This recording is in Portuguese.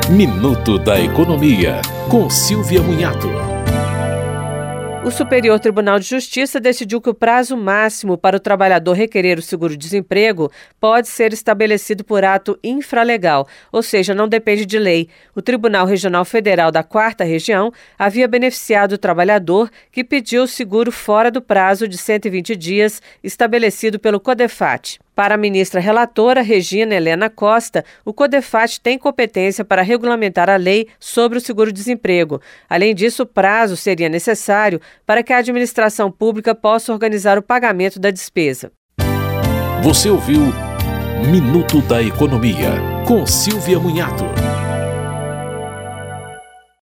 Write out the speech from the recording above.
Minuto da Economia, com Silvia Munhato. O Superior Tribunal de Justiça decidiu que o prazo máximo para o trabalhador requerer o seguro-desemprego pode ser estabelecido por ato infralegal, ou seja, não depende de lei. O Tribunal Regional Federal da 4ª Região havia beneficiado o trabalhador que pediu o seguro fora do prazo de 120 dias estabelecido pelo CODEFAT. Para a ministra relatora, Regina Helena Costa, o CODEFAT tem competência para regulamentar a lei sobre o seguro-desemprego. Além disso, o prazo seria necessário para que a administração pública possa organizar o pagamento da despesa. Você ouviu Minuto da Economia, com Silvia Munhato.